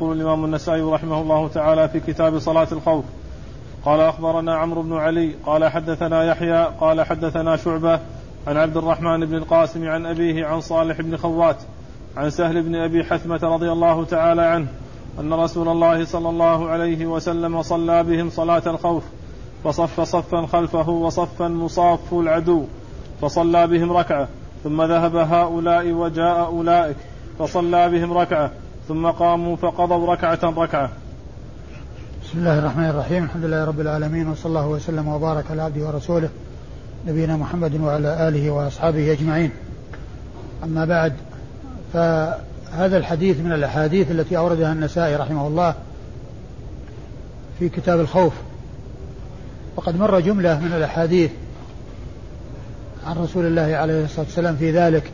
يقول الإمام النسائي رحمه الله تعالى في كتاب صلاة الخوف: قال أخبرنا عمرو بن علي قال حدثنا يحيى قال حدثنا شعبة عن عبد الرحمن بن القاسم عن أبيه عن صالح بن خوات عن سهل بن أبي حثمة رضي الله تعالى عنه أن رسول الله صلى الله عليه وسلم صلى بهم صلاة الخوف فصف صفا خلفه وصفا مصاف العدو فصلى بهم ركعة ثم ذهب هؤلاء وجاء أولئك فصلى بهم ركعة ثم قاموا فقضوا ركعة. بسم الله الرحمن الرحيم. الحمد لله رب العالمين، وصلى الله وسلم وبارك على عبده ورسوله نبينا محمد وعلى آله وأصحابه أجمعين. أما بعد، فهذا الحديث من الأحاديث التي أوردها النسائي رحمه الله في كتاب الخوف، وقد مر جملة من الأحاديث عن رسول الله عليه الصلاة والسلام في ذلك.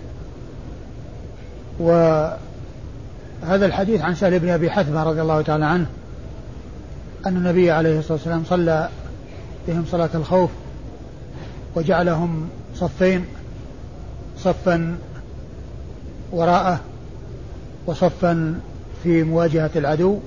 وهذا الحديث عن سهل بن أبي حثمة رضي الله تعالى عنه أن النبي عليه الصلاة والسلام صلى بهم صلاة الخوف وجعلهم صفين، صفا وراءه وصفا في مواجهة العدو،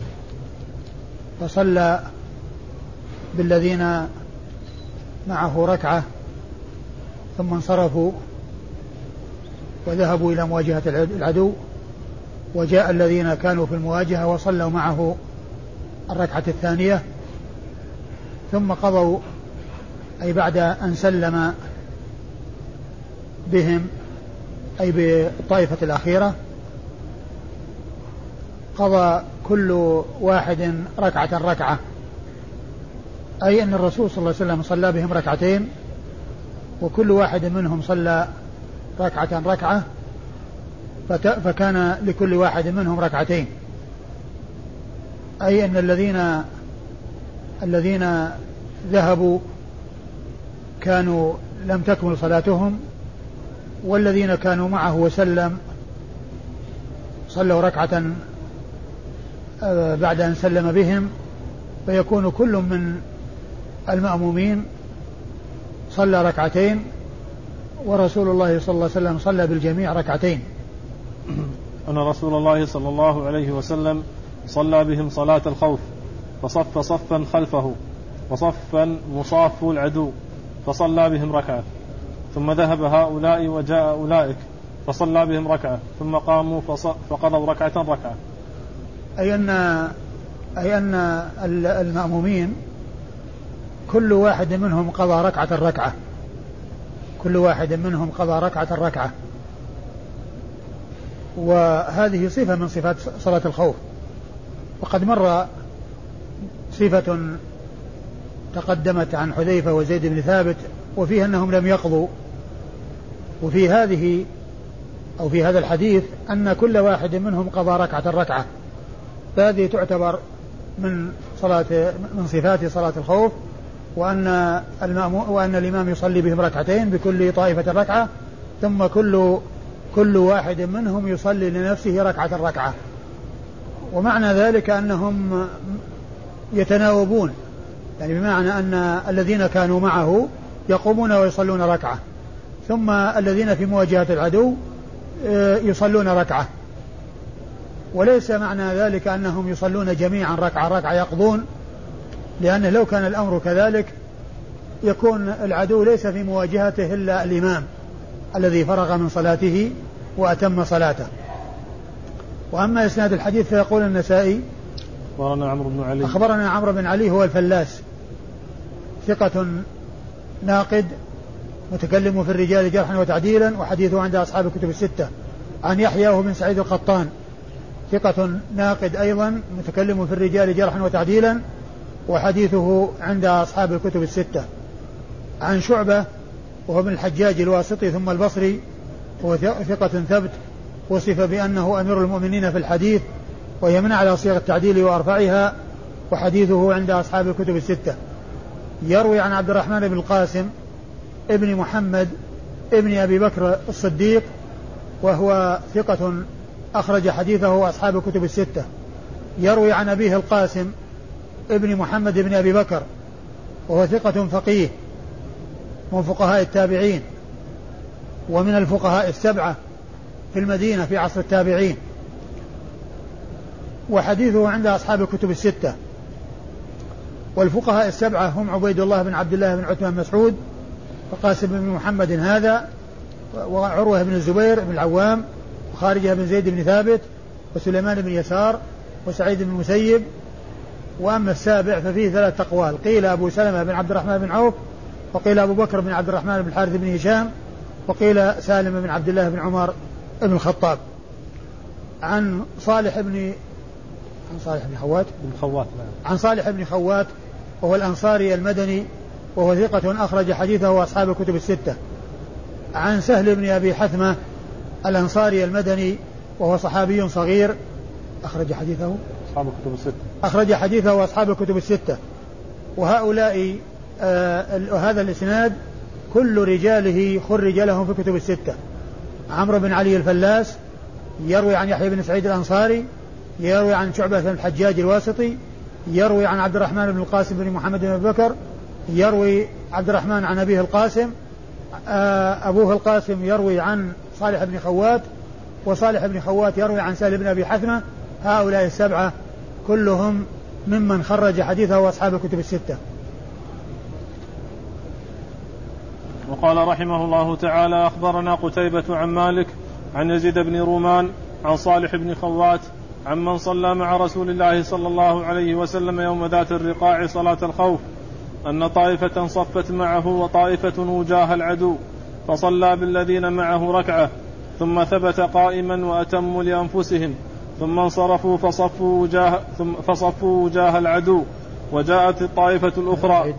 فصلى بالذين معه ركعة ثم انصرفوا وذهبوا إلى مواجهة العدو، وجاء الذين كانوا في المواجهة وصلوا معه الركعة الثانية، ثم قضوا، أي بعد أن سلم بهم أي بالطائفة الأخيرة، قضى كل واحد ركعة، أي أن الرسول صلى الله عليه وسلم صلى بهم ركعتين، وكل واحد منهم صلى ركعة، فكان لكل واحد منهم ركعتين، أي أن الذين ذهبوا كانوا لم تكمل صلاتهم، والذين كانوا معه وسلم صلوا ركعة بعد أن سلم بهم، فيكون كل من المأمومين صلى ركعتين، ورسول الله صلى الله عليه وسلم صلى بالجميع ركعتين. أن رسول الله صلى الله عليه وسلم صلى بهم صلاة الخوف فصف صفا خلفه وصفا مصاف العدو فصلى بهم ركعة ثم ذهب هؤلاء وجاء أولئك فصلى بهم ركعة ثم قاموا فقضوا ركعة. أي أن المأمومين كل واحد منهم قضى ركعة، كل واحد منهم قضى ركعة، وهذه صفة من صفات صلاة الخوف. وقد مر صفة تقدمت عن حذيفة وزيد بن ثابت وفيها أنهم لم يقضوا، وفي هذه أو في هذا الحديث أن كل واحد منهم قضى ركعة، فهذه تعتبر من صفات صلاة الخوف، وأن الإمام يصلي بهم ركعتين بكل طائفة ركعة، ثم كل واحد منهم يصلي لنفسه ركعة، ومعنى ذلك أنهم يتناوبون، يعني بمعنى أن الذين كانوا معه يقومون ويصلون ركعة، ثم الذين في مواجهة العدو يصلون ركعة، وليس معنى ذلك أنهم يصلون جميعا ركعة يقضون، لأنه لو كان الأمر كذلك يكون العدو ليس في مواجهته إلا الإمام الذي فرغ من صلاته وأتم صلاته. وأما إسناد الحديث فيقول النسائي: أخبرنا عمرو بن علي هو الفلاس، ثقة ناقد متكلم في الرجال جرحا وتعديلا، وحديثه عند أصحاب الكتب الستة. عن يحيى وهو بن سعيد القطان، ثقة ناقد أيضا متكلم في الرجال جرحا وتعديلا، وحديثه عند أصحاب الكتب الستة. عن شعبة وهو من الحجاج الواسطي ثم البصري، وهو ثقة ثبت، وصف بأنه أمير المؤمنين في الحديث، ويمنع على صيغ التعديل وأرفعها، وحديثه عند أصحاب الكتب الستة. يروي عن عبد الرحمن بن القاسم ابن محمد ابن أبي بكر الصديق، وهو ثقة أخرج حديثه أصحاب الكتب الستة. يروي عن أبيه القاسم ابن محمد ابن أبي بكر، وهو ثقة فقيه من فقهاء التابعين ومن الفقهاء السبعة في المدينة في عصر التابعين. وحديثه عند أصحاب الكتب الستة. والفقهاء السبعة هم عبيد الله بن عبد الله بن عثمان بن مسعود وقاسم بن محمد هذا وعروة بن الزبير بن العوام وخارجة بن زيد بن ثابت وسليمان بن يسار وسعيد بن المسيب. وأما السابع ففيه 3 أقوال، قيل أبو سلمة بن عبد الرحمن بن عوف، وقيل أبو بكر بن عبد الرحمن بن الحارث بن هشام، وقيل سالم بن عبد الله بن عمر بن الخطاب. عن صالح بن خوات وهو الأنصاري المدني وهو ثقة أخرج حديثه أصحاب الكتب الستة. عن سهل بن أبي حثمة الأنصاري المدني وهو صحابي صغير أخرج حديثه أصحاب الكتب الستة. وهؤلاء هذا الإسناد كل رجاله خرج لهم في الكتب الستة. عمرو بن علي الفلاس يروي عن يحيى بن سعيد الأنصاري، يروي عن شعبة بن الحجاج الواسطي، يروي عن عبد الرحمن بن القاسم بن محمد بن بكر، يروي عبد الرحمن عن أبيه القاسم، أبوه القاسم يروي عن صالح بن خوات، وصالح بن خوات يروي عن سهل بن أبي حثمة. هؤلاء السبعة كلهم ممن خرج حديثه أصحاب الكتب الستة. وقال رحمه الله تعالى: أخبرنا قتيبة عن مالك عن يزيد بن رومان عن صالح بن خوات عمن صلى مع رسول الله صلى الله عليه وسلم يوم ذات الرقاع صلاة الخوف أن طائفة صفت معه وطائفة وجاه العدو فصلى بالذين معه ركعة ثم ثبت قائما وأتموا لأنفسهم ثم انصرفوا فصفوا وجاه العدو وجاءت الطائفة الأخرى.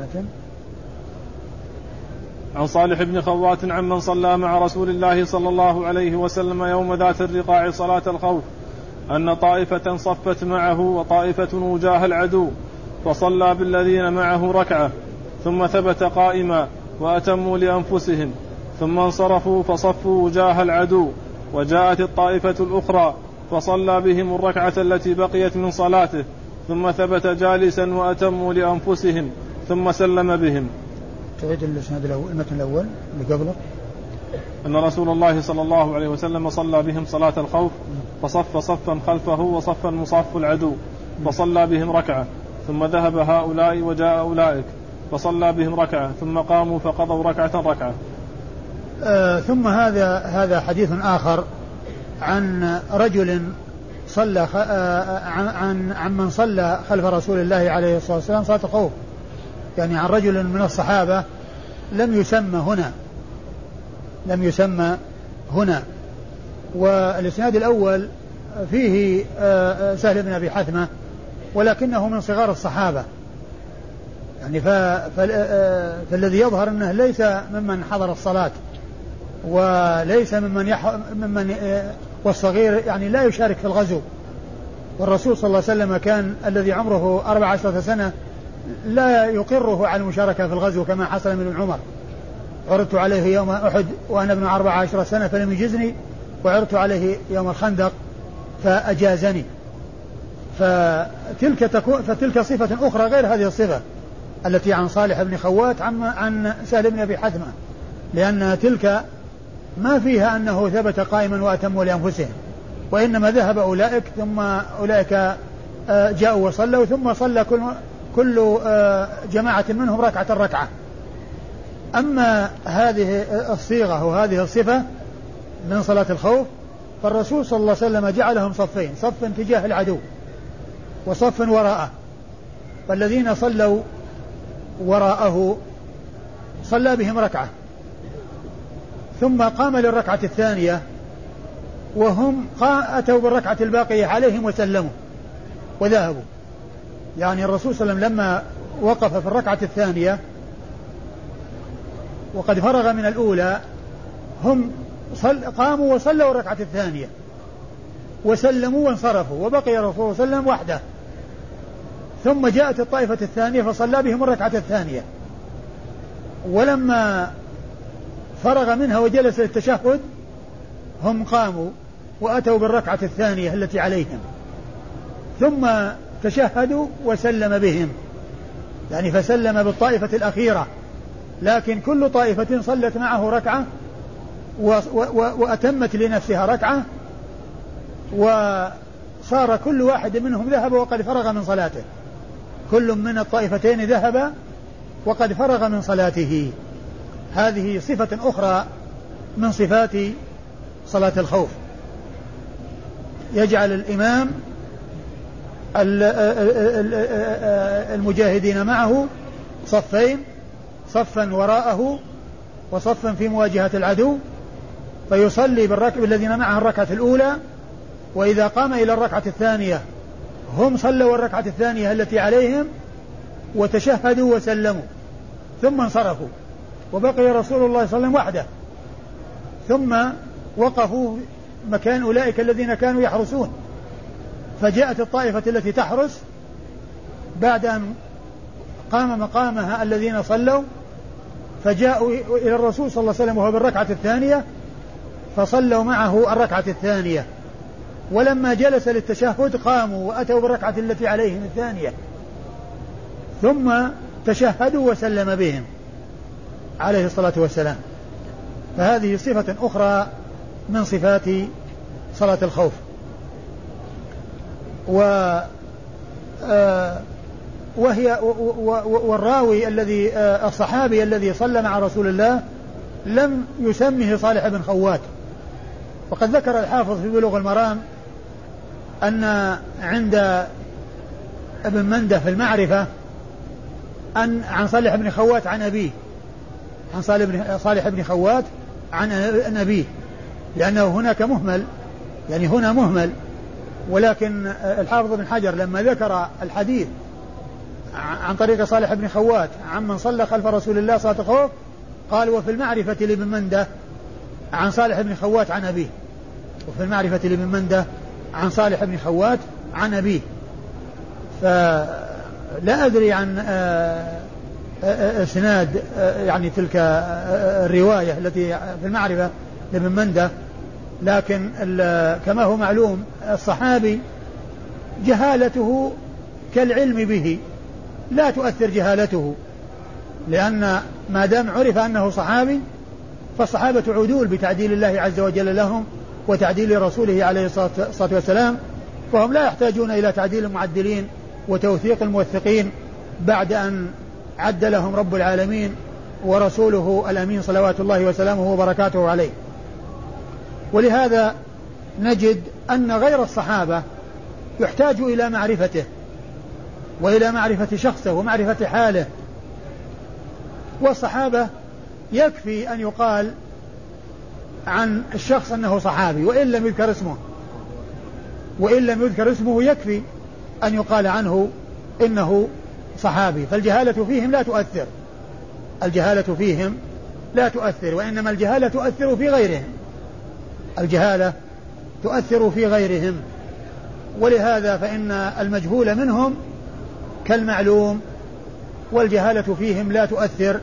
عن صالح بن خوات عمن صلى مع رسول الله صلى الله عليه وسلم يوم ذات الرقاع صلاة الخوف أن طائفة صفت معه وطائفة وجاه العدو فصلى بالذين معه ركعة ثم ثبت قائما وأتموا لأنفسهم ثم انصرفوا فصفوا وجاه العدو وجاءت الطائفة الأخرى فصلى بهم الركعة التي بقيت من صلاته ثم ثبت جالسا وأتموا لأنفسهم ثم سلم بهم. تعيد المتن الأول اللي قبله. أن رسول الله صلى الله عليه وسلم صلى بهم صلاة الخوف فصف صفا خلفه وصفا مصاف العدو فصلى بهم ركعة ثم ذهب هؤلاء وجاء أولئك فصلى بهم ركعة ثم قاموا فقضوا ركعة. ثم هذا حديث آخر عن رجل صلى عن من صلى خلف رسول الله عليه الصلاة والسلام صلاة الخوف، يعني عن رجل من الصحابة لم يسمى هنا. والإسناد الأول فيه سهل بن أبي حثمة ولكنه من صغار الصحابة، يعني فالذي يظهر أنه ليس ممن حضر الصلاة وليس ممن والصغير يعني لا يشارك في الغزو. والرسول صلى الله عليه وسلم كان الذي عمره 14 سنة لا يقره على المشاركة في الغزو كما حصل من ابن عمر. عرضت عليه يوم أحد وأنا ابن 14 سنة فلم يجزني، وعرضت عليه يوم الخندق فأجازني. فتلك صفة أخرى غير هذه الصفة التي عن صالح بن خوات عن سهل بن أبي حثمة، لأن تلك ما فيها أنه ثبت قائما وأتموا لأنفسهم، وإنما ذهب أولئك ثم أولئك جاءوا وصلوا ثم صلى كل جماعة منهم ركعة. أما هذه الصيغة وهذه الصفة من صلاة الخوف فالرسول صلى الله عليه وسلم جعلهم صفين، صف تجاه العدو وصف وراءه، فالذين صلوا وراءه صلى بهم ركعة ثم قام للركعة الثانية وهم أتوا بالركعة الباقية عليهم وسلموا وذهبوا. يعني الرسول صلى الله عليه وسلم لما وقف في الركعة الثانية وقد فرغ من الأولى هم قاموا وصلوا الركعة الثانية وسلموا وانصرفوا وبقي الرسول صلى الله عليه وسلم وحده، ثم جاءت الطائفة الثانية فصلى بهم الركعة الثانية، ولما فرغ منها وجلس للتشهد هم قاموا وأتوا بالركعة الثانية التي عليهم ثم تشهدوا وسلم بهم، يعني فسلم بالطائفة الأخيرة، لكن كل طائفة صلت معه ركعة وأتمت لنفسها ركعة صار كل واحد منهم ذهب وقد فرغ من صلاته، كل من الطائفتين ذهب وقد فرغ من صلاته. هذه صفة أخرى من صفات صلاة الخوف. يجعل الإمام المجاهدين معه صفين، صفا وراءه وصفا في مواجهة العدو، فيصلي بالركب الذين معه الركعة الأولى، وإذا قام إلى الركعة الثانية هم صلوا الركعة الثانية التي عليهم وتشهدوا وسلموا ثم انصرفوا، وبقي رسول الله صلى الله عليه وسلم وحده، ثم وقفوا مكان أولئك الذين كانوا يحرسون، فجاءت الطائفة التي تحرس بعد أن قام مقامها الذين صلوا، فجاءوا إلى الرسول صلى الله عليه وسلم وهو بالركعة الثانية، فصلوا معه الركعة الثانية، ولما جلس للتشهد قاموا وأتوا بالركعة التي عليهم الثانية، ثم تشهدوا وسلم بهم عليه الصلاة والسلام. فهذه صفة أخرى من صفات صلاة الخوف. وهي والراوي الذي الصحابي الذي صلى مع رسول الله لم يسمه صالح بن خوات، وقد ذكر الحافظ في بلوغ المرام أن عند ابن منده في المعرفة أن عن صالح بن خوات عن أبيه، عن صالح بن خوات عن أبيه، لأنه هناك مهمل، يعني هنا مهمل، ولكن الحافظ بن حجر لما ذكر الحديث عن طريق صالح بن خوات عمن صلى خلف رسول الله صلاة الخوف قال وفي المعرفة لابن منده عن صالح بن خوات عن أبيه، وفي المعرفة لابن منده عن صالح بن خوات عن أبيه. فلا أدري عن اسناد يعني تلك الرواية التي في المعرفة لابن منده، لكن كما هو معلوم الصحابي جهالته كالعلم به، لا تؤثر جهالته، لأن ما دام عرف أنه صحابي فالصحابة عدول بتعديل الله عز وجل لهم وتعديل رسوله عليه الصلاة والسلام، فهم لا يحتاجون إلى تعديل المعدلين وتوثيق الموثقين بعد أن عد لهم رب العالمين ورسوله الأمين صلوات الله وسلامه وبركاته عليه. ولهذا نجد أن غير الصحابة يحتاج إلى معرفته وإلى معرفة شخصه ومعرفة حاله، والصحابة يكفي أن يقال عن الشخص أنه صحابي وإن لم يذكر اسمه، وإن لم يذكر اسمه يكفي أن يقال عنه إنه صحابي، فالجهالة فيهم لا تؤثر، الجهالة فيهم لا تؤثر، وإنما الجهالة تؤثر في غيرهم، الجهالة تؤثر في غيرهم. ولهذا فإن المجهول منهم كالمعلوم والجهالة فيهم لا تؤثر.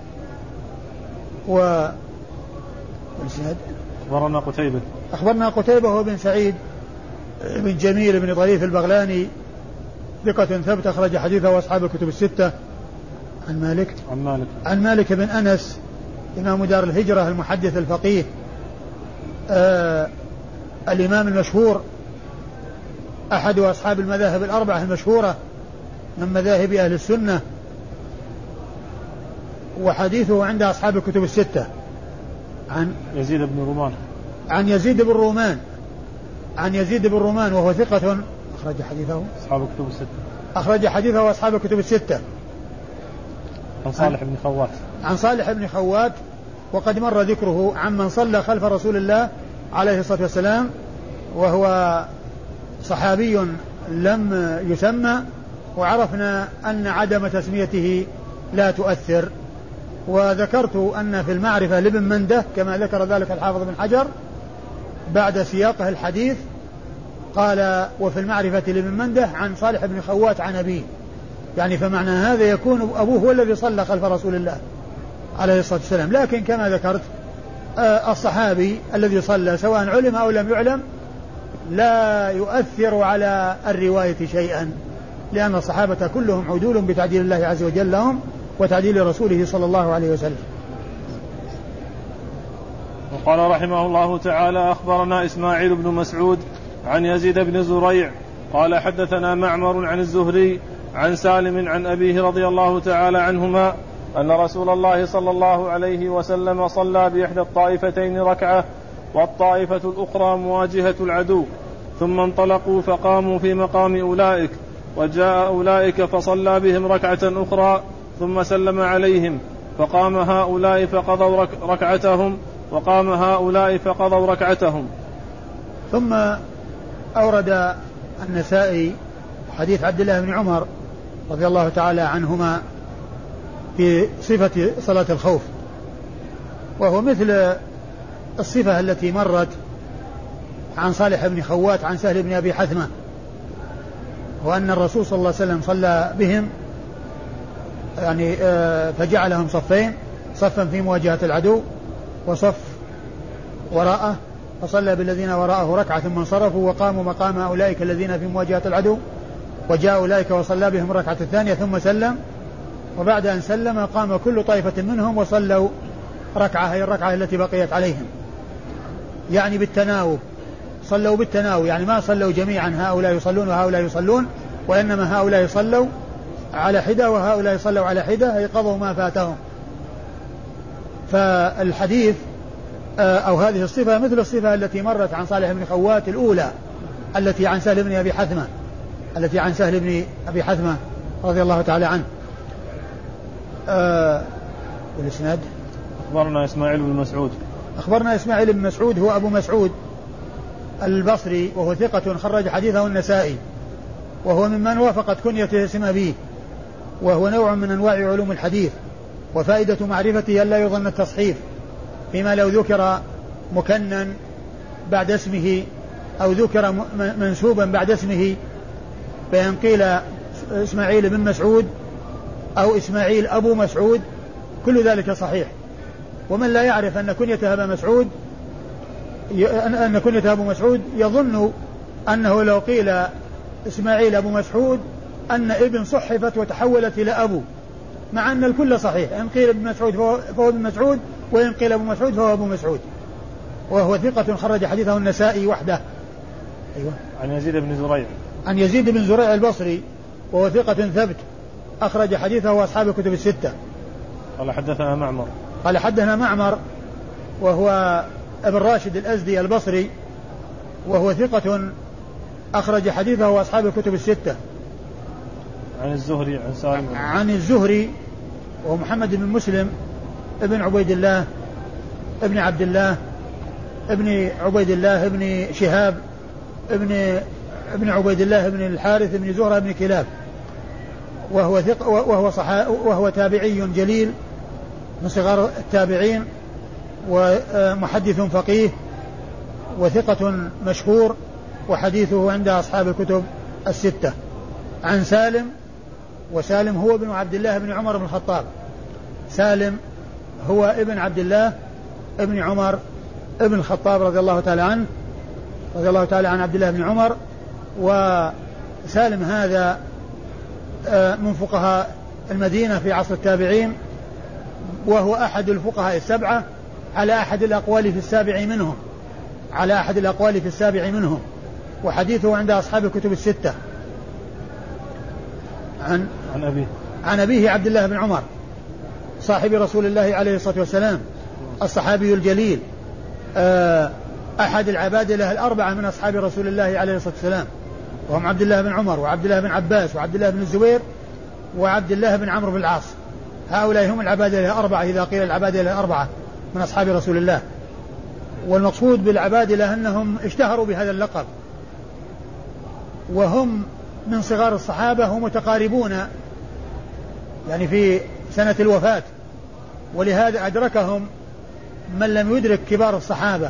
أخبرنا قتيبة هو بن سعيد بن جميل بن ظريف البغلاني ثقة ثبت أخرج حديثه وأصحاب الكتب الستة. عن مالك بن أنس إمام دار الهجرة المحدث الفقيه الإمام المشهور أحد أصحاب المذاهب الأربعة المشهورة من مذاهب أهل السنة، وحديثه عند أصحاب الكتب الستة. عن يزيد بن رومان وهو ثقة أخرج حديثه أصحاب الكتب الستة. عن صالح بن خوات وقد مر ذكره عمن صلى خلف رسول الله عليه الصلاة والسلام، وهو صحابي لم يسمى، وعرفنا أن عدم تسميته لا تؤثر. وذكرت أن في المعرفة لابن منده كما ذكر ذلك الحافظ بن حجر بعد سياقه الحديث قال وفي المعرفة لابن منده عن صالح بن خوات عن أبيه، يعني فمعنى هذا يكون أبوه هو الذي صلى خلف رسول الله عليه الصلاة والسلام. لكن كما ذكرت الصحابي الذي صلى سواء علم أو لم يعلم لا يؤثر على الرواية شيئا، لأن الصحابة كلهم عدول بتعديل الله عز وجل لهم وتعديل رسوله صلى الله عليه وسلم. وقال رحمه الله تعالى أخبرنا إسماعيل بن مسعود عن يزيد بن زريع قال حدثنا معمر عن الزهري عن سالم عن أبيه رضي الله تعالى عنهما أن رسول الله صلى الله عليه وسلم صلى بإحدى الطائفتين ركعة والطائفة الأخرى مواجهة العدو، ثم انطلقوا فقاموا في مقام أولئك، وجاء أولئك فصلى بهم ركعة أخرى ثم سلم عليهم، فقام هؤلاء فقضوا ركعتهم وقام هؤلاء فقضوا ركعتهم. ثم أورد النسائي حديث عبد الله بن عمر رضي الله تعالى عنهما في صفة صلاة الخوف، وهو مثل الصفة التي مرت عن صالح بن خوات عن سهل بن أبي حثمة، وأن الرسول صلى الله عليه وسلم صلى بهم يعني فجعلهم صفين، صفا في مواجهة العدو وصف وراءه، فصلى بالذين وراءه ركعة ثم انصرفوا وقاموا مقام أولئك الذين في مواجهة العدو، وجاء أولئك وصلى بهم ركعة الثانية ثم سلم، وبعد أن سلم قام كل طائفة منهم وصلوا ركعة، هي الركعة التي بقيت عليهم، يعني بالتناوب، صلوا بالتناوب، يعني ما صلوا جميعا هؤلاء يصلون وهؤلاء يصلون، وإنما هؤلاء يصلوا على حدة وهؤلاء يصلوا على حدة، أي قضوا ما فاتهم. فالحديث أو هذه الصفة مثل الصفة التي مرت عن صالح بن خوات الأولى التي عن سهل بن أبي حثمة، التي عن سهل بن أبي حثمة رضي الله تعالى عنه. والإسناد أخبرنا إسماعيل بن مسعود. أخبرنا إسماعيل بن مسعود هو أبو مسعود البصري، وهو ثقة خرج حديثه النسائي، وهو ممن وافقت كنيته اسم أبيه، وهو نوع من أنواع علوم الحديث، وفائدة معرفته ألا يظن التصحيف، فيما لو ذكر مكنن بعد اسمه أو ذكر منسوبا بعد اسمه فإن قيل إسماعيل بن مسعود أو إسماعيل أبو مسعود كل ذلك صحيح. ومن لا يعرف أن كنيته أبو مسعود يظن أنه لو قيل إسماعيل أبو مسعود أن ابن صحفت وتحولت إلى أبو، مع أن الكل صحيح، إن قيل ابن مسعود فهو ابن مسعود، وإن قيل أبو مسعود فهو أبو مسعود، وهو ثقة خرج حديثه النسائي وحده. أيوة. عن يزيد بن زريع. عن يزيد بن زريع البصري، وهو ثقة ثبت أخرج حديثه وأصحاب الكتب الستة. قال حدثنا معمر. قال حدثنا معمر وهو ابن راشد الأزدي البصري، وهو ثقة أخرج حديثه وأصحاب الكتب الستة. عن الزهري عن سالم. عن الزهري وهو محمد بن مسلم ابن عبيد الله ابن عبد الله ابن عبيد الله ابن شهاب ابن عبيد الله ابن الحارث ابن زهرة ابن كلاب، وهو تابعي جليل من صغار التابعين، ومحدث فقيه وثقة مشهور، وحديثه عند أصحاب الكتب الستة. عن سالم، وسالم هو ابن عبد الله بن عمر بن الخطاب، سالم هو ابن عبد الله ابن عمر ابن الخطاب رضي الله تعالى عنه، رضي الله تعالى عن عبد الله بن عمر. وسالم هذا من فقهاء المدينة في عصر التابعين، وهو أحد الفقهاء السبعة على أحد الأقوال في السابع منهم، وحديثه عند أصحاب الكتب الستة. عن أبيه عبد الله بن عمر صاحب رسول الله عليه الصلاة والسلام، الصحابي الجليل، أحد العبادلة الأربعة من أصحاب رسول الله عليه الصلاة والسلام، وهم عبد الله بن عمر وعبد الله بن عباس وعبد الله بن الزبير وعبد الله بن عمرو بن العاص. هؤلاء هم العبادلة الأربعة إذا قيل العبادلة الأربعة من أصحاب رسول الله. والمقصود بالعبادلة أنهم اشتهروا بهذا اللقب، وهم من صغار الصحابة ومتقاربون يعني في سنة الوفاة، ولهذا أدركهم من لم يدرك كبار الصحابة.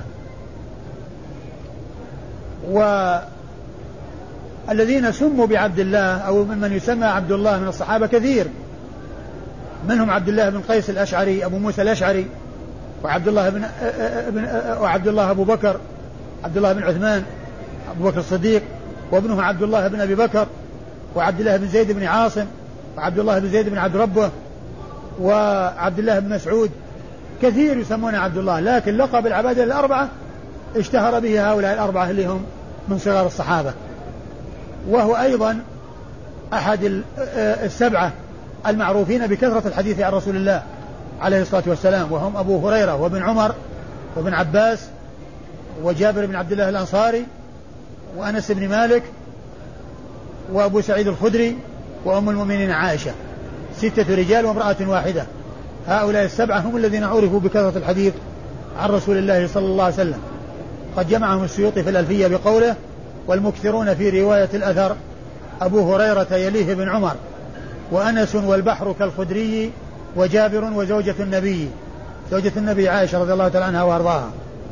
والذين سموا بعبد الله أو من يسمى عبد الله من الصحابة كثير، منهم عبد الله بن قيس الأشعري أبو موسى الأشعري، وعبد الله أبو بكر، عبد الله بن عثمان أبو بكر الصديق، وابنه عبد الله بن أبي بكر، وعبد الله بن زيد بن عاصم، وعبد الله بن زيد بن عبد ربه، وعبد الله بن مسعود. كثير يسمون عبد الله، لكن لقب العبادة الأربعة اشتهر به هؤلاء الأربعة اللي هم من صغار الصحابة، وهو أيضا أحد السبعة المعروفين بكثرة الحديث عن رسول الله عليه الصلاة والسلام، وهم أبو هريرة وابن عمر وابن عباس وجابر بن عبد الله الأنصاري وأنس بن مالك وأبو سعيد الخدري وأم المؤمنين عائشة، 6 رجال وامرأة واحدة. هؤلاء السبعة هم الذين عرفوا بكثرة الحديث عن رسول الله صلى الله عليه وسلم. قد جمعهم السيوطي في الألفية بقوله: والمكثرون في رواية الأثر أبو هريرة يليه بن عمر وأنس والبحر كالخدري وجابر وزوجة النبي، زوجة النبي عائشة رضي الله تعالى عنها وأرضاها.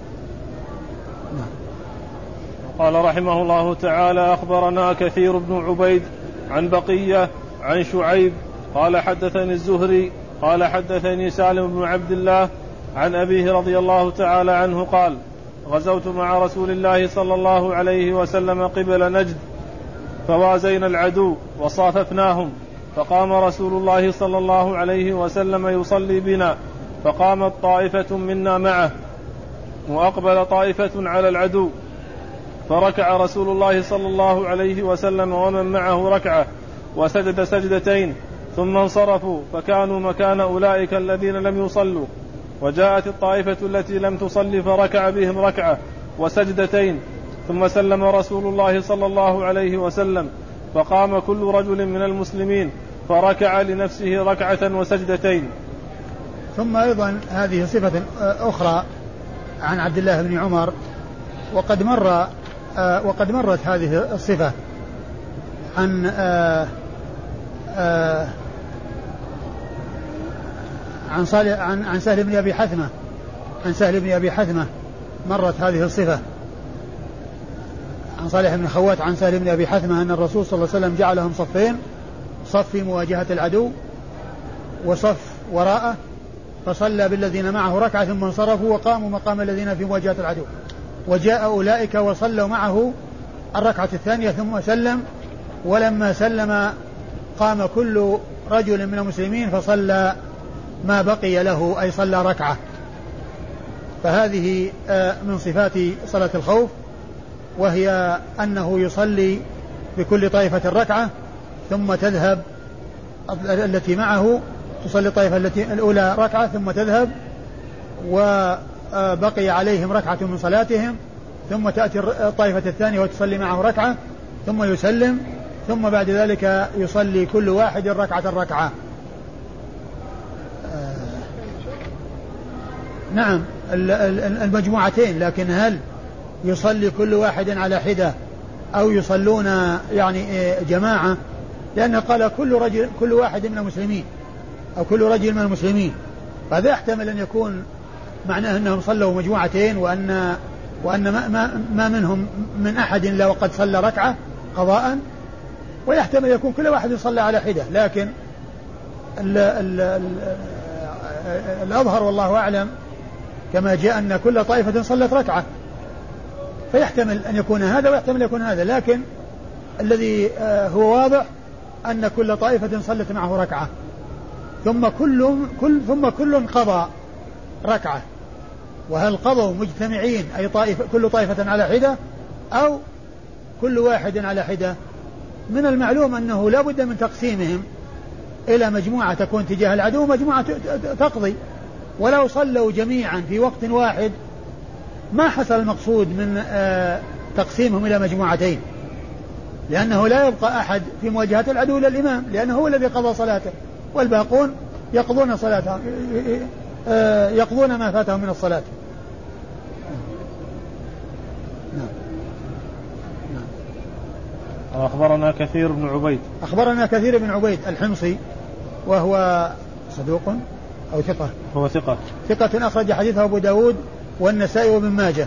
قال رحمه الله تعالى: أخبرنا كثير بن عبيد عن بقية عن شعيب قال حدثني الزهري قال حدثني سالم بن عبد الله عن أبيه رضي الله تعالى عنه قال: غزوت مع رسول الله صلى الله عليه وسلم قبل نجد فوازينا العدو وصاففناهم، فقام رسول الله صلى الله عليه وسلم يصلي بنا، فقامت طائفة منا معه وأقبل طائفة على العدو، فركع رسول الله صلى الله عليه وسلم ومن معه ركعة وسجد سجدتين، ثم انصرفوا فكانوا مكان أولئك الذين لم يصلوا، وجاءت الطائفة التي لم تصلي فركع بهم ركعة وسجدتين، ثم سلم رسول الله صلى الله عليه وسلم، فقام كل رجل من المسلمين فركع لنفسه ركعة وسجدتين. ثم أيضا هذه صفة أخرى عن عبد الله بن عمر، وقد مرت هذه الصفة عن سهل بن أبي حثمة، عن سهل بن أبي حثمة مرت هذه الصفة عن صالح بن خوات عن سهل بن أبي حثمة أن الرسول صلى الله عليه وسلم جعلهم صفين، صف في مواجهة العدو وصف وراءه، فصلى بالذين معه ركعة ثم انصرفوا وقاموا مقام الذين في مواجهة العدو، وجاء أولئك وصلوا معه الركعة الثانية ثم سلم، ولما سلم قام كل رجل من المسلمين فصلى ما بقي له، أي صلى ركعة. فهذه من صفات صلاة الخوف، وهي أنه يصلي بكل طائفة ركعة ثم تذهب التي معه، تصلي الطائفة الأولى ركعة ثم تذهب وبقي عليهم ركعة من صلاتهم، ثم تأتي الطائفة الثانية وتصلي معه ركعة ثم يسلم، ثم بعد ذلك يصلي كل واحد ركعة. نعم المجموعتين، لكن هل يصلي كل واحد على حدة أو يصلون يعني جماعة؟ لأنه قال كل واحد من المسلمين أو كل رجل من المسلمين، فهذا يحتمل أن يكون معناه أنهم صلوا مجموعتين وأن ما منهم من أحد إلا وقد صلى ركعة قضاء، ويحتمل يكون كل واحد صلى على حدة، لكن الأظهر والله أعلم كما جاء أن كل طائفة صلت ركعة، فيحتمل أن يكون هذا ويحتمل أن يكون هذا، لكن الذي هو واضح أن كل طائفة صلت معه ركعة ثم كل قضى ركعة. وهل قضوا مجتمعين أي كل طائفة على حدة أو كل واحد على حدة؟ من المعلوم أنه لا بد من تقسيمهم إلى مجموعة تكون تجاه العدو ومجموعة تقضي، ولو صلوا جميعا في وقت واحد ما حصل المقصود من تقسيمهم إلى مجموعتين، لأنه لا يبقى أحد في مواجهة العدو إلا الإمام، لأنه هو الذي قضى صلاته، والباقون يقضون صلاتهم، يقضون ما فاتهم من الصلاة. أخبرنا كثير بن عبيد، أخبرنا كثير بن عبيد الحمصي، وهو صدوق أو ثقة؟ هو ثقة أخرج حديثه أبو داود والنسائي وابن ماجه.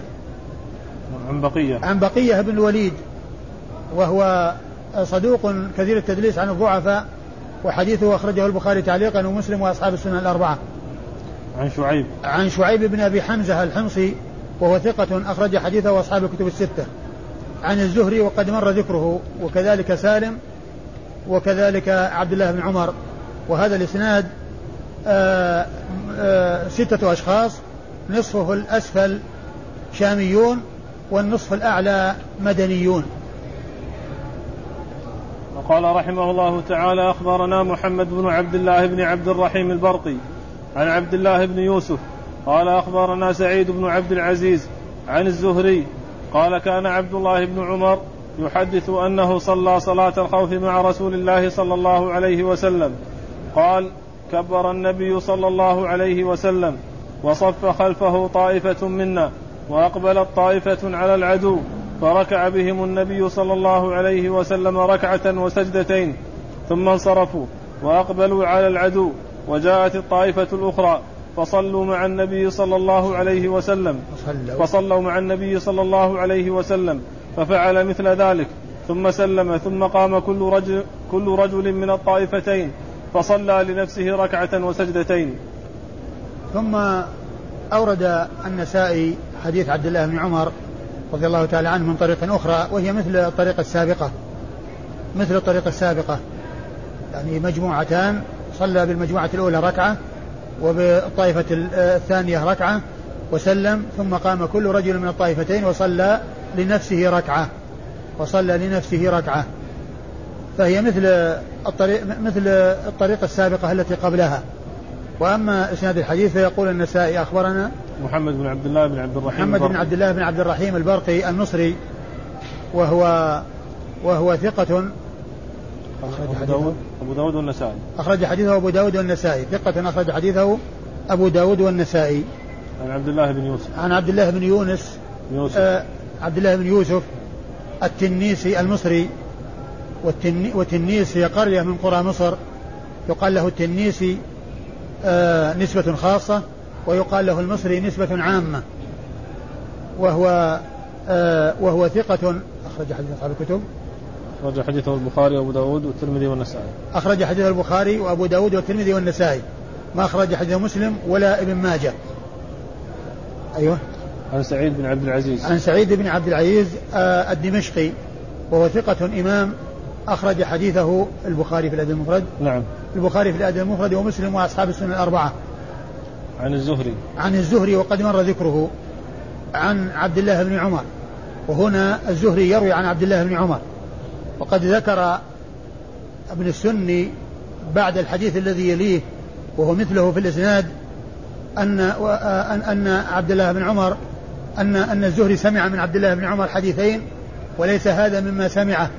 عن بقية بن الوليد، وهو صدوق كثير التدليس عن الضعفاء، وحديثه أخرجه البخاري تعليقا ومسلم وأصحاب السنن الأربعة. عن شعيب بن أبي حمزة الحمصي، وهو ثقة أخرج حديثه وأصحاب الكتب الستة. عن الزهري وقد مر ذكره، وكذلك سالم، وكذلك عبد الله بن عمر. وهذا الإسناد 6 أشخاص، نصفه الأسفل شاميون والنصف الأعلى مدنيون. وقال رحمه الله تعالى: أخبرنا محمد بن عبد الله بن عبد الرحيم البرقي عن عبد الله بن يوسف قال أخبرنا سعيد بن عبد العزيز عن الزهري قال: كان عبد الله بن عمر يحدث أنه صلى صلاة الخوف مع رسول الله صلى الله عليه وسلم. قال: كبر النبي صلى الله عليه وسلم وصف خلفه طائفة منا وأقبلت طائفة على العدو فركع بهم النبي صلى الله عليه وسلم ركعة وسجدتين ثم انصرفوا وأقبلوا على العدو وجاءت الطائفة الأخرى فصلوا مع النبي صلى الله عليه وسلم ففعل مثل ذلك ثم سلم ثم قام كل رجل من الطائفتين فصلى لنفسه ركعة وسجدتين. ثم أورد النسائي حديث عبد الله بن عمر رضي الله تعالى عنه من طريق أخرى وهي مثل الطريقة السابقة يعني مجموعتان، صلى بالمجموعة الأولى ركعة وبالطائفة الثانية ركعة وسلم ثم قام كل رجل من الطائفتين وصلى لنفسه ركعة فهي مثل الطريقة السابقة التي قبلها. وأما إسناد الحديث فيقول النسائي: أخبرنا محمد بن عبد الله بن عبد الرحيم البرقي المصري وهو ثقة أخرج حديثه أبو داود والنسائي ثقة أخرج حديثه أبو داود والنسائي. عن عبد الله بن يوسف التنيسي المصري، والتنيس هي قرية من قرى مصر يقال له التنيسي نسبة خاصة ويقال له المصري نسبة عامة، وهو ثقة أخرج حديث أصحاب الكتب. أخرج حديثه البخاري وأبو داود والترمذي والنسائي. أخرج حديث البخاري وأبو داود والترمذي والنسائي، ما أخرج حديث مسلم ولا ابن ماجه. أيوة. عن سعيد بن عبد العزيز الدمشقي وهو ثقة إمام أخرج حديثه البخاري في الأدب المفرد. نعم. البخاري في الأدب المفرد ومسلم وأصحاب السنن الأربعة. عن الزهري وقد مر ذكره عن عبد الله بن عمر، وهنا الزهري يروي عن عبد الله بن عمر، وقد ذكر ابن السني بعد الحديث الذي يليه وهو مثله في الإسناد أن عبد الله بن عمر أن الزهري سمع من عبد الله بن عمر حديثين وليس هذا مما سمعه،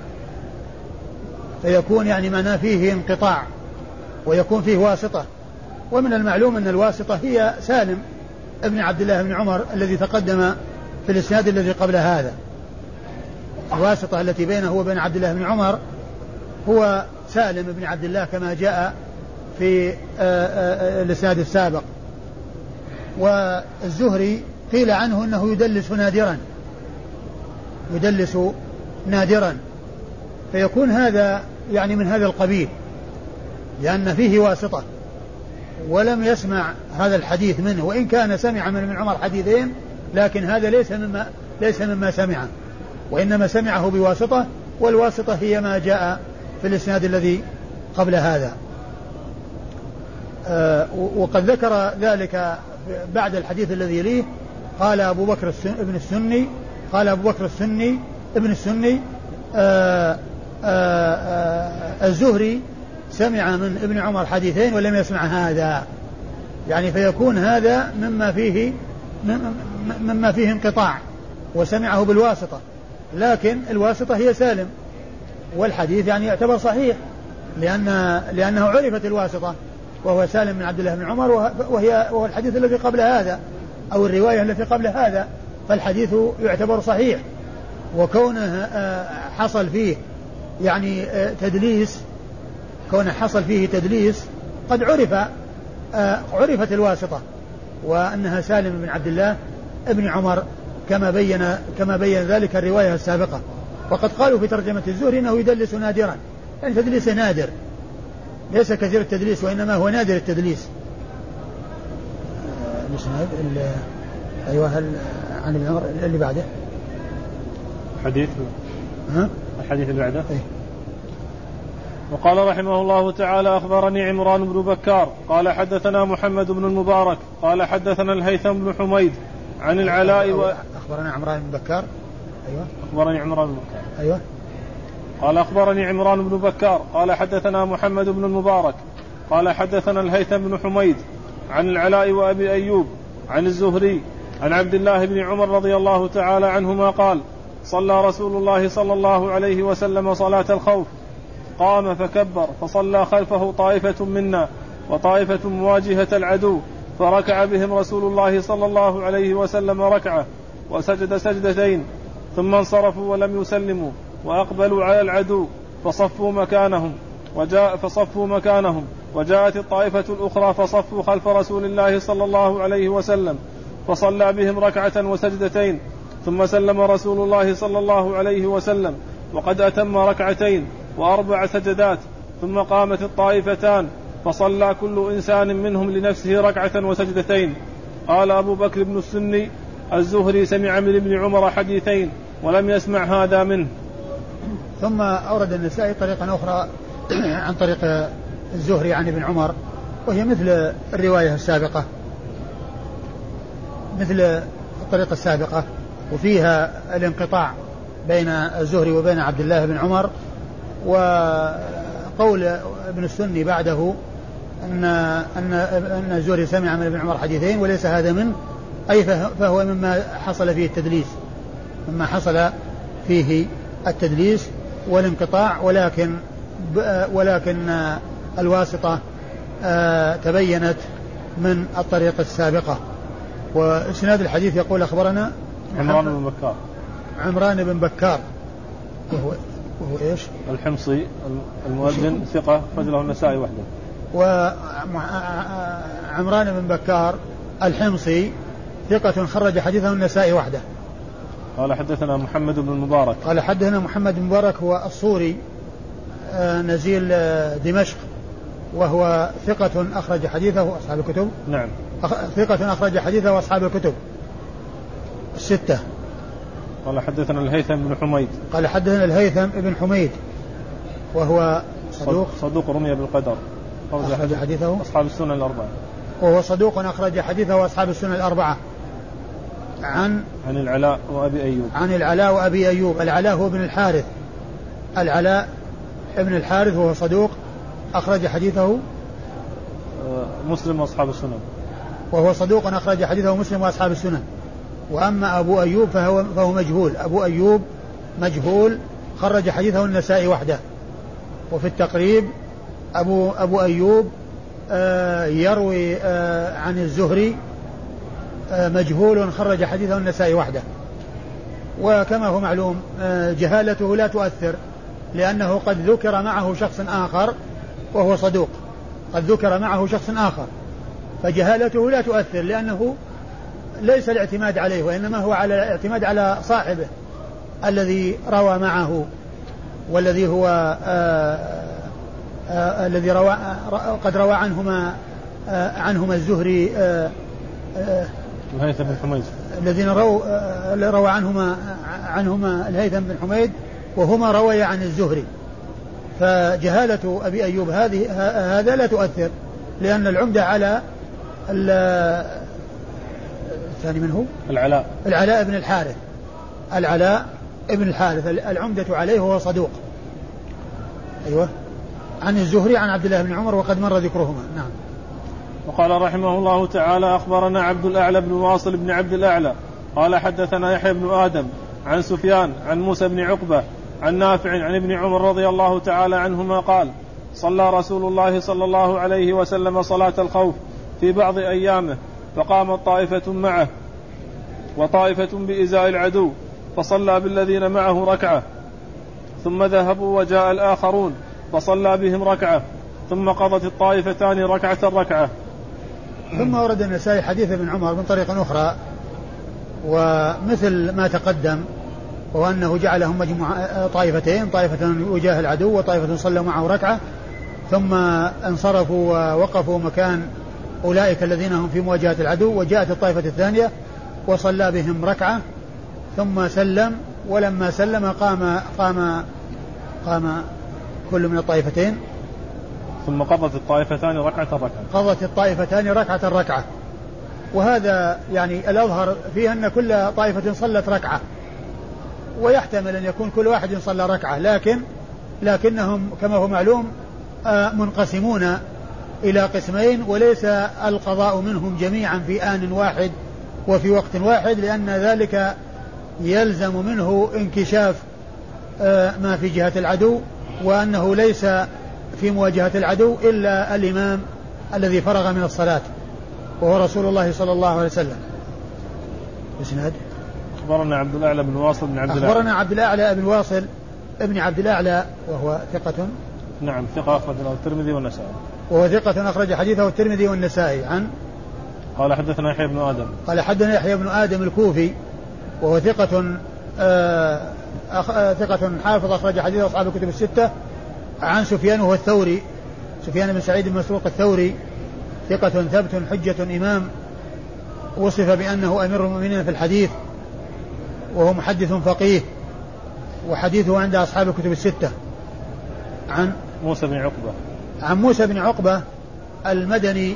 فيكون يعني معناه فيه انقطاع ويكون فيه واسطة. ومن المعلوم أن الواسطة هي سالم ابن عبد الله بن عمر الذي تقدم في الإسناد الذي قبل هذا. الواسطة التي بينه وبين عبد الله بن عمر هو سالم بن عبد الله كما جاء في الإسناد السابق. والزهري قيل عنه أنه يدلس نادرا فيكون هذا يعني من هذا القبيل، لأن فيه واسطة ولم يسمع هذا الحديث منه، وإن كان سمع من ابن عمر حديثين لكن هذا ليس مما سمعه، وإنما سمعه بواسطة، والواسطة هي ما جاء في الإسناد الذي قبل هذا. وقد ذكر ذلك بعد الحديث الذي يليه. قال أبو بكر ابن السني الزهري سمع من ابن عمر حديثين ولم يسمع هذا، يعني فيكون هذا مما فيه انقطاع وسمعه بالواسطة، لكن الواسطة هي سالم، والحديث يعني يعتبر صحيح لأنه عرفت الواسطة وهو سالم من عبد الله بن عمر، وهو الحديث الذي قبل هذا أو الرواية التي قبل هذا، فالحديث يعتبر صحيح. وكونه حصل فيه يعني تدليس قد عرفت الواسطة وأنها سالم بن عبد الله ابن عمر كما بين ذلك الرواية السابقة. وقد قالوا في ترجمة الزهري أنه يدلس نادرا، يعني تدليس نادر ليس كثير التدليس وإنما هو نادر التدليس. أيوة. هل عن ابن عمر اللي بعده الحديث اللي بعده؟ وقال رحمه الله تعالى: أخبرني عمران بن بكار قال حدثنا محمد بن المبارك قال حدثنا الهيثم بن حميد عن العلاء أخبرنا عمران بن بكار. أيوة. أخبرني عمران بن بكار. أيوة. قال أخبرني عمران بن بكار قال حدثنا محمد بن المبارك قال حدثنا الهيثم بن حميد عن العلاء وأبي أيوب عن الزهري عن عبد الله بن عمر رضي الله تعالى عنهما قال صلى رسول الله صلى الله عليه وسلم صلاة الخوف قام فكبر فصلى خلفه طائفة منا وطائفة مواجهة العدو فركع بهم رسول الله صلى الله عليه وسلم ركعة وسجد سجدتين ثم انصرفوا ولم يسلموا وأقبلوا على العدو فصفوا مكانهم وجاءت الطائفة الأخرى فصفوا خلف رسول الله صلى الله عليه وسلم فصلى بهم ركعة وسجدتين ثم سلم رسول الله صلى الله عليه وسلم وقد أتم ركعتين وأربع سجدات ثم قامت الطائفتان فصلى كل إنسان منهم لنفسه ركعة وسجدتين. قال أبو بكر بن السني الزهري سمع من ابن عمر حديثين ولم يسمع هذا منه. ثم أورد النسائي طريقا أخرى عن طريق الزهري عن ابن عمر وهي مثل الرواية السابقة مثل الطريقة السابقة وفيها الانقطاع بين الزهري وبين عبد الله بن عمر. وقول ابن السني بعده أن الزهري سمع من ابن عمر حديثين وليس هذا منه أي فهو مما حصل فيه التدليس والانقطاع ولكن الواسطة تبينت من الطريقة السابقة. وإسناد الحديث يقول أخبرنا عمران بن بكار وهو إيش؟ الحمصي المؤذن ثقة فجله النسائي وحده. وعمران بن بكار الحمصي ثقة خرج حديثه النسائي وحده. قال حدثنا محمد بن المبارك قال حدثنا محمد بن المبارك هو الصوري نزيل دمشق وهو ثقة أخرج حديثه أصحاب الكتب. نعم. ثقة أخرج حديثه أصحاب الكتب الستة. قال حدثنا الهيثم بن حميد قال حدثنا الهيثم بن حميد وهو صدوق رمي بالقدر أخرج حديثه أصحاب السنن الأربعة. وهو صدوق أخرج حديثه أصحاب السنن الأربعة. عن العلاء وأبي أيوب. عن العلاء وأبي أيوب. العلاء هو ابن الحارث. العلاء ابن الحارث وهو صدوق أخرج حديثه مسلم وأصحاب السنن. وهو صدوق أخرج حديثه مسلم وأصحاب السنن. وأما أبو أيوب فهو مجهول. أبو أيوب مجهول خرج حديثه النسائي وحده. وفي التقريب أبو أيوب يروي عن الزهري مجهول خرج حديثه النسائي وحده. وكما هو معلوم جهالته لا تؤثر لأنه قد ذكر معه شخص آخر وهو صدوق. قد ذكر معه شخص آخر فجهالته لا تؤثر لأنه ليس الاعتماد عليه وإنما هو على الاعتماد على صاحبه الذي روى معه والذي هو الذي قد روى عنهما الزهري الهيثم بن حميد الذين روى عنهما الهيثم بن حميد وهما روي عن الزهري. فجهالة أبي أيوب هذا لا تؤثر لأن العمدة على الثاني من هو العلاء بن الحارث. العلاء ابن الحارث العمدة عليه وهو صدوق. أيوة. عن الزهري عن عبد الله بن عمر وقد مر ذكرهما. نعم. وقال رحمه الله تعالى أخبرنا عبد الأعلى بن واصل بن عبد الأعلى قال حدثنا يحيى بن آدم عن سفيان عن موسى بن عقبة عن نافع عن ابن عمر رضي الله تعالى عنهما قال صلى رسول الله صلى الله عليه وسلم صلاة الخوف في بعض أيامه فقامت طائفة معه وطائفة بإزاء العدو فصلى بالذين معه ركعة ثم ذهبوا وجاء الآخرون فصلى بهم ركعة ثم قضت الطائفتان ركعة. ثم ورد النسائي حديث ابن عمر من طريق أخرى ومثل ما تقدم وهو أنه جعلهم طائفتين طائفة وجاه العدو وطائفة صلوا معه ركعة ثم انصرفوا ووقفوا مكان أولئك الذين هم في مواجهة العدو وجاءت الطائفة الثانية وصلى بهم ركعة ثم سلم ولما سلم قام كل من الطائفتين ثم قضت الطائفتان ركعة. قضت الطائفتان ركعة وهذا يعني الأظهر فيه أن كل طائفة صلت ركعة، ويحتمل أن يكون كل واحد صلى ركعة، لكنهم كما هو معلوم منقسمون إلى قسمين، وليس القضاء منهم جميعا في آن واحد وفي وقت واحد، لأن ذلك يلزم منه انكشاف ما في جهة العدو، وأنه ليس في مواجهة العدو إلا الإمام الذي فرغ من الصلاة وهو رسول الله صلى الله عليه وسلم. اسناد. أخبرنا عبد الأعلى بن واصل بن عبد الأعلى. أخبرنا عبد الأعلى بن واصل ابن عبد الأعلى وهو ثقة. نعم ثقة أخرج له الترمذي والنسائي. وهو ثقة أخرج حديثه الترمذي والنسائي. عن قال حدثنا يحيى بن آدم. قال حدثنا يحيى بن آدم الكوفي وهو ثقة ثقة حافظ أخرج حديث أصحاب الكتب الستة. عن سفيان وهو الثوري، سفيان بن سعيد بن مسروق الثوري، ثقة ثبت حجة إمام، وصف بأنه أمير المؤمنين في الحديث، وهو محدث فقيه، وحديثه عند أصحاب الكتب الستة. عن موسى بن عقبة. عن موسى بن عقبة المدني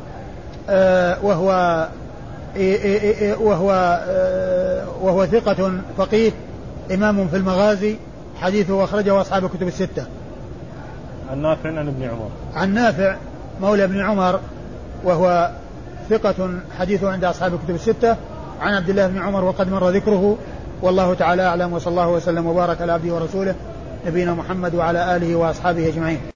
وهو ثقة فقيه إمام في المغازي، حديثه أخرجه أصحاب الكتب الستة. عن نافع عن ابن عمر. عن نافع مولى ابن عمر وهو ثقة حديثه عند أصحاب الكتب الستة. عن عبد الله بن عمر وقد مر ذكره، والله تعالى أعلم، وصلى الله وسلم وبارك على عبده ورسوله نبينا محمد وعلى آله وأصحابه أجمعين.